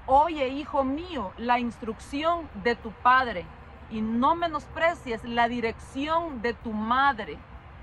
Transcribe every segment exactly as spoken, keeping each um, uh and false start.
Oye, hijo mío, la instrucción de tu padre y no menosprecies la dirección de tu madre,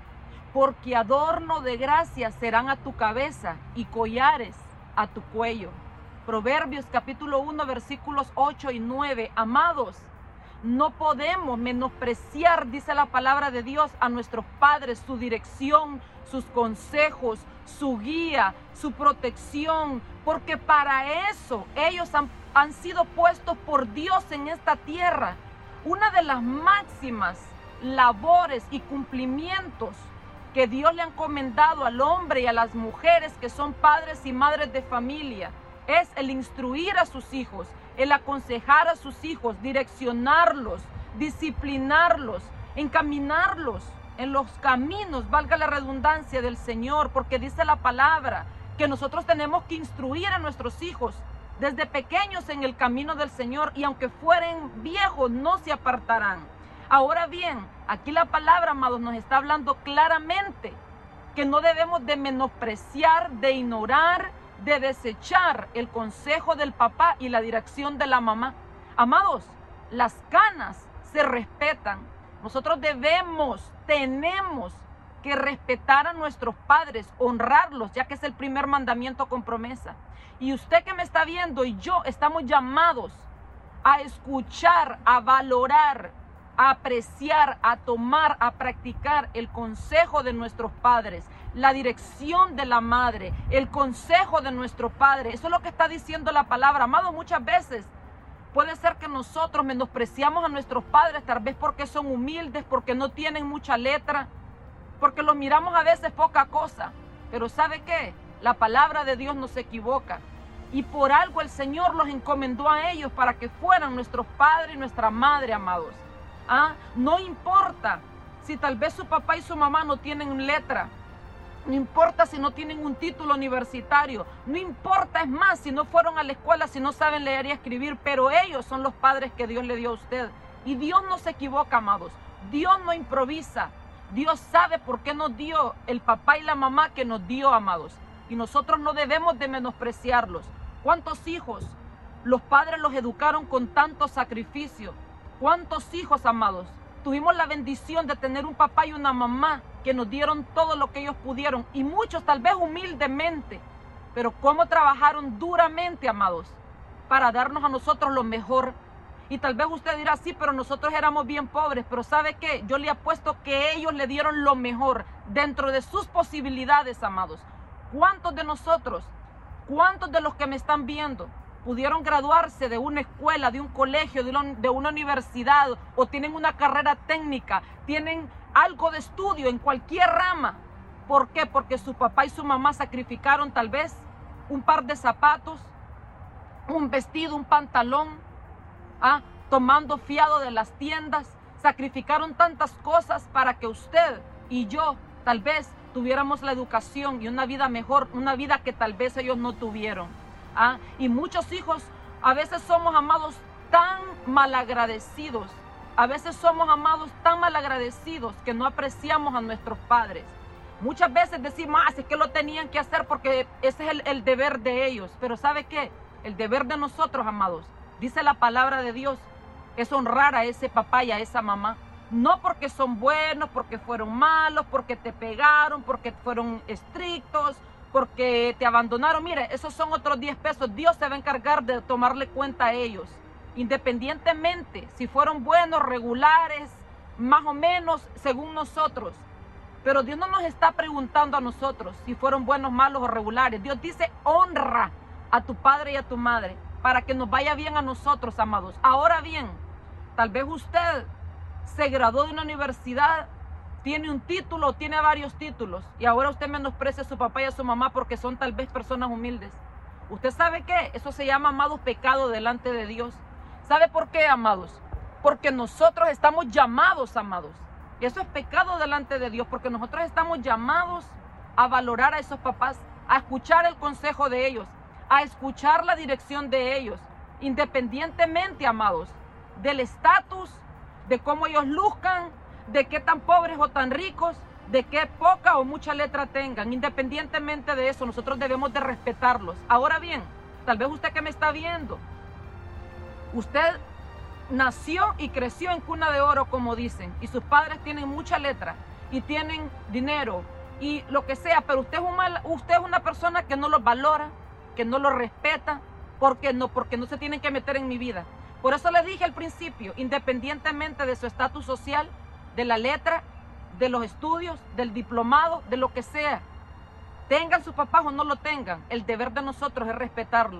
porque adorno de gracia serán a tu cabeza y collares a tu cuello. Proverbios capítulo uno, versículos ocho y nueve. Amados, no podemos menospreciar, dice la palabra de Dios, a nuestros padres, su dirección, sus consejos, su guía, su protección, porque para eso ellos han, han sido puestos por Dios en esta tierra. Una de las máximas labores y cumplimientos que Dios le ha encomendado al hombre y a las mujeres que son padres y madres de familia es el instruir a sus hijos, el aconsejar a sus hijos, direccionarlos, disciplinarlos, encaminarlos en los caminos, valga la redundancia, del Señor, porque dice la palabra que nosotros tenemos que instruir a nuestros hijos desde pequeños en el camino del Señor, y aunque fueren viejos no se apartarán. Ahora bien, aquí la palabra, amados, nos está hablando claramente que no debemos de menospreciar, de ignorar, de desechar el consejo del papá y la dirección de la mamá. Amados, las canas se respetan. Nosotros debemos, tenemos que respetar a nuestros padres, honrarlos, ya que es el primer mandamiento con promesa. Y usted que me está viendo y yo estamos llamados a escuchar, a valorar, a apreciar, a tomar, a practicar el consejo de nuestros padres, la dirección de la madre, el consejo de nuestro padre. Eso es lo que está diciendo la palabra. Amados, muchas veces puede ser que nosotros menospreciamos a nuestros padres, tal vez porque son humildes, porque no tienen mucha letra, porque los miramos a veces poca cosa. Pero ¿sabe qué? La palabra de Dios no se equivoca. Y por algo el Señor los encomendó a ellos para que fueran nuestros padres y nuestra madre, amados. ¿Ah? No importa si tal vez su papá y su mamá no tienen letra. No importa si no tienen un título universitario. No importa, es más, si no fueron a la escuela, si no saben leer y escribir. Pero ellos son los padres que Dios le dio a usted. Y Dios no se equivoca, amados. Dios no improvisa. Dios sabe por qué nos dio el papá y la mamá que nos dio, amados. Y nosotros no debemos de menospreciarlos. ¿Cuántos hijos los padres los educaron con tanto sacrificio? ¿Cuántos hijos, amados, tuvimos la bendición de tener un papá y una mamá que nos dieron todo lo que ellos pudieron? Y muchos tal vez humildemente, pero cómo trabajaron duramente, amados, para darnos a nosotros lo mejor. Y tal vez usted dirá, sí, pero nosotros éramos bien pobres. Pero ¿sabe qué? Yo le apuesto que ellos le dieron lo mejor dentro de sus posibilidades, amados. ¿Cuántos de nosotros, cuántos de los que me están viendo pudieron graduarse de una escuela, de un colegio, de una, de una universidad, o tienen una carrera técnica, tienen algo de estudio en cualquier rama? ¿Por qué? Porque su papá y su mamá sacrificaron tal vez un par de zapatos, un vestido, un pantalón, ¿ah? tomando fiado de las tiendas. Sacrificaron tantas cosas para que usted y yo tal vez tuviéramos la educación y una vida mejor, una vida que tal vez ellos no tuvieron. ¿Ah? Y muchos hijos a veces somos, amados, tan malagradecidos, a veces somos, amados, tan malagradecidos que no apreciamos a nuestros padres. Muchas veces decimos, ah, es que lo tenían que hacer porque ese es el, el deber de ellos. Pero ¿sabe qué? El deber de nosotros, amados, dice la palabra de Dios, es honrar a ese papá y a esa mamá. No porque son buenos, porque fueron malos, porque te pegaron, porque fueron estrictos, porque te abandonaron. Mire, esos son otros diez pesos. Dios se va a encargar de tomarle cuenta a ellos, independientemente si fueron buenos, regulares, más o menos según nosotros. Pero Dios no nos está preguntando a nosotros si fueron buenos, malos o regulares. Dios dice, honra a tu padre y a tu madre para que nos vaya bien a nosotros, amados. Ahora bien, tal vez usted se graduó de una universidad, tiene un título, tiene varios títulos, y ahora usted menosprecia a su papá y a su mamá porque son tal vez personas humildes. ¿Usted sabe qué? Eso se llama, amados, pecado delante de Dios. ¿Sabe por qué, amados? Porque nosotros estamos llamados, amados. Eso es pecado delante de Dios, porque nosotros estamos llamados a valorar a esos papás, a escuchar el consejo de ellos, a escuchar la dirección de ellos, independientemente, amados, del estatus, de cómo ellos luzcan, de qué tan pobres o tan ricos, de qué poca o mucha letra tengan. Independientemente de eso, nosotros debemos de respetarlos. Ahora bien, tal vez usted que me está viendo Usted nació y creció en cuna de oro, como dicen, y sus padres tienen mucha letra y tienen dinero y lo que sea, pero usted es, un mal, usted es una persona que no los valora, que no los respeta, porque no, porque no se tienen que meter en mi vida. Por eso les dije al principio, independientemente de su estatus social, de la letra, de los estudios, del diplomado, de lo que sea, tengan sus papás o no lo tengan, el deber de nosotros es respetarlo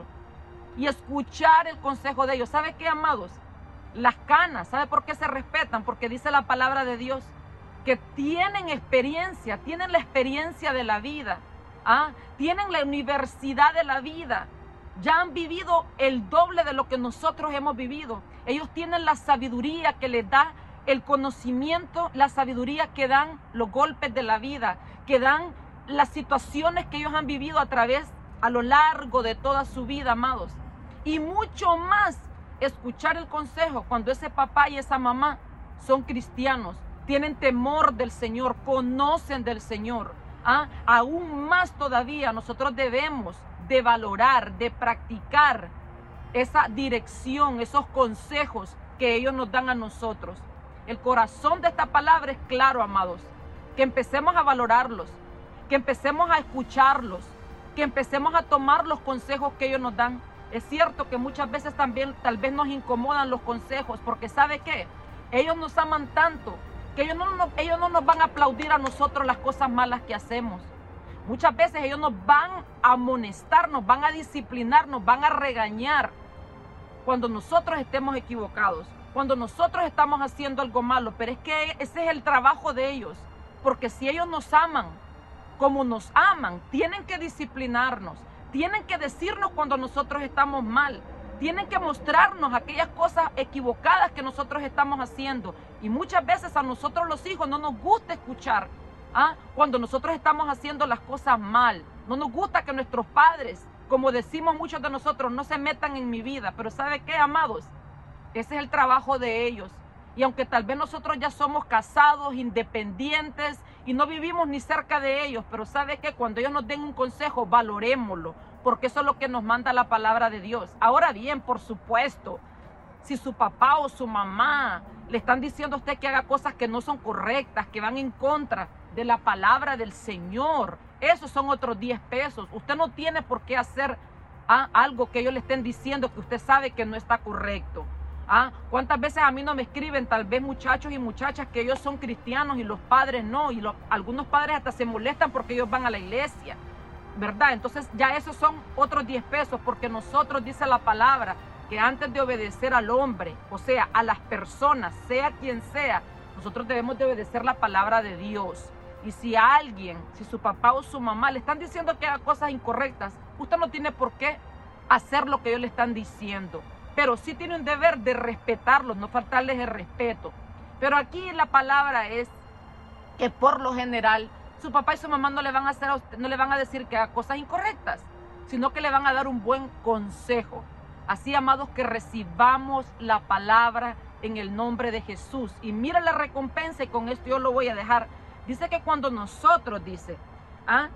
y escuchar el consejo de ellos. ¿Sabe qué, amados? Las canas, ¿sabe por qué se respetan? Porque dice la palabra de Dios que tienen experiencia, tienen la experiencia de la vida, ¿ah? Tienen la universidad de la vida, ya han vivido el doble de lo que nosotros hemos vivido. Ellos tienen la sabiduría que les da el conocimiento, la sabiduría que dan los golpes de la vida, que dan las situaciones que ellos han vivido a través, a lo largo de toda su vida, amados. Y mucho más, escuchar el consejo cuando ese papá y esa mamá son cristianos, tienen temor del Señor, conocen del Señor. ¿Ah? Aún más todavía nosotros debemos de valorar, de practicar esa dirección, esos consejos que ellos nos dan a nosotros. El corazón de esta palabra es claro, amados, que empecemos a valorarlos, que empecemos a escucharlos, que empecemos a tomar los consejos que ellos nos dan. Es cierto que muchas veces también tal vez nos incomodan los consejos, porque ¿sabe qué? Ellos nos aman tanto que ellos no, no, ellos no nos van a aplaudir a nosotros las cosas malas que hacemos. Muchas veces ellos nos van a amonestar, nos van a disciplinar, nos van a regañar cuando nosotros estemos equivocados, cuando nosotros estamos haciendo algo malo. Pero es que ese es el trabajo de ellos, porque si ellos nos aman como nos aman, tienen que disciplinarnos, tienen que decirnos cuando nosotros estamos mal, tienen que mostrarnos aquellas cosas equivocadas que nosotros estamos haciendo. Y muchas veces a nosotros los hijos no nos gusta escuchar, ¿ah? Cuando nosotros estamos haciendo las cosas mal. No nos gusta que nuestros padres, como decimos muchos de nosotros, no se metan en mi vida. Pero ¿sabe qué, amados? Ese es el trabajo de ellos. Y aunque tal vez nosotros ya somos casados, independientes y no vivimos ni cerca de ellos, pero ¿sabe qué? Cuando ellos nos den un consejo, valorémoslo, porque eso es lo que nos manda la palabra de Dios. Ahora bien, por supuesto, si su papá o su mamá le están diciendo a usted que haga cosas que no son correctas, que van en contra de la palabra del Señor, esos son otros diez pesos. Usted no tiene por qué hacer ¿ah? algo que ellos le estén diciendo que usted sabe que no está correcto. ¿Ah? ¿Cuántas veces a mí no me escriben tal vez muchachos y muchachas que ellos son cristianos y los padres no? Y los, algunos padres hasta se molestan porque ellos van a la iglesia, ¿verdad? Entonces ya esos son otros diez pesos, porque nosotros, dice la palabra, que antes de obedecer al hombre, o sea, a las personas, sea quien sea, nosotros debemos de obedecer la palabra de Dios. Y si a alguien, si su papá o su mamá le están diciendo que haga cosas incorrectas, usted no tiene por qué hacer lo que ellos le están diciendo. Pero sí tiene un deber de respetarlos, no faltarles el respeto. Pero aquí la palabra es que por lo general su papá y su mamá no le van a hacer a usted, no le van a decir que haga cosas incorrectas, sino que le van a dar un buen consejo. Así, amados, que recibamos la palabra en el nombre de Jesús. Y mira la recompensa, y con esto yo lo voy a dejar. Dice que cuando nosotros, dice, ¿ah?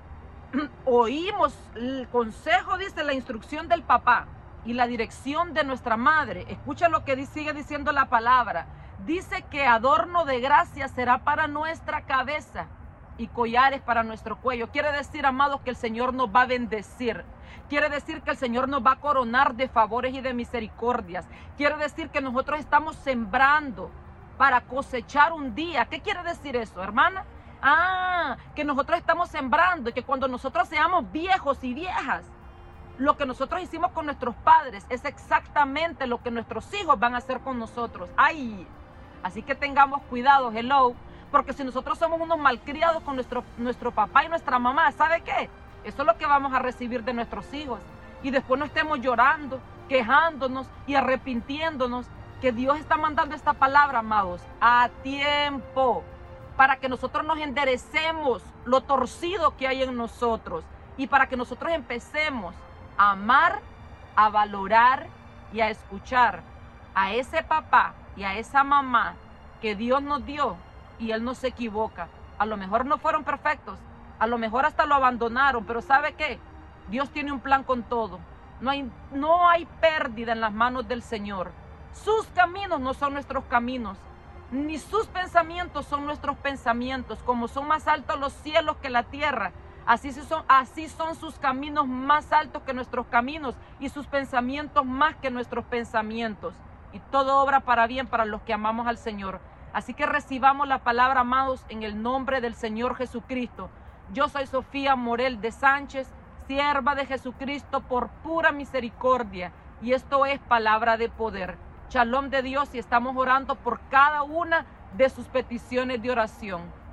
oímos el consejo, dice, la instrucción del papá y la dirección de nuestra madre, escucha lo que sigue diciendo la palabra. Dice que adorno de gracia será para nuestra cabeza y collares para nuestro cuello. Quiere decir, amados, que el Señor nos va a bendecir. Quiere decir que el Señor nos va a coronar de favores y de misericordias. Quiere decir que nosotros estamos sembrando para cosechar un día. ¿Qué quiere decir eso, hermana? Ah, que nosotros estamos sembrando y que cuando nosotros seamos viejos y viejas, lo que nosotros hicimos con nuestros padres es exactamente lo que nuestros hijos van a hacer con nosotros. ¡Ay! Así que tengamos cuidado, hello, porque si nosotros somos unos malcriados con nuestro, nuestro papá y nuestra mamá, ¿sabe qué? Eso es lo que vamos a recibir de nuestros hijos. Y después no estemos llorando, quejándonos y arrepintiéndonos, que Dios está mandando esta palabra, amados, a tiempo, para que nosotros nos enderecemos lo torcido que hay en nosotros y para que nosotros empecemos a amar, a valorar y a escuchar a ese papá y a esa mamá que Dios nos dio, y Él no se equivoca. A lo mejor no fueron perfectos, a lo mejor hasta lo abandonaron, pero ¿sabe qué? Dios tiene un plan con todo. No hay, no hay pérdida en las manos del Señor. Sus caminos no son nuestros caminos, ni sus pensamientos son nuestros pensamientos. Como son más altos los cielos que la tierra, así son, así son sus caminos más altos que nuestros caminos, y sus pensamientos más que nuestros pensamientos. Y todo obra para bien para los que amamos al Señor. Así que recibamos la palabra, amados, en el nombre del Señor Jesucristo. Yo soy Sofía Morel de Sánchez, sierva de Jesucristo por pura misericordia, y esto es palabra de poder. Shalom de Dios, y estamos orando por cada una de sus peticiones de oración.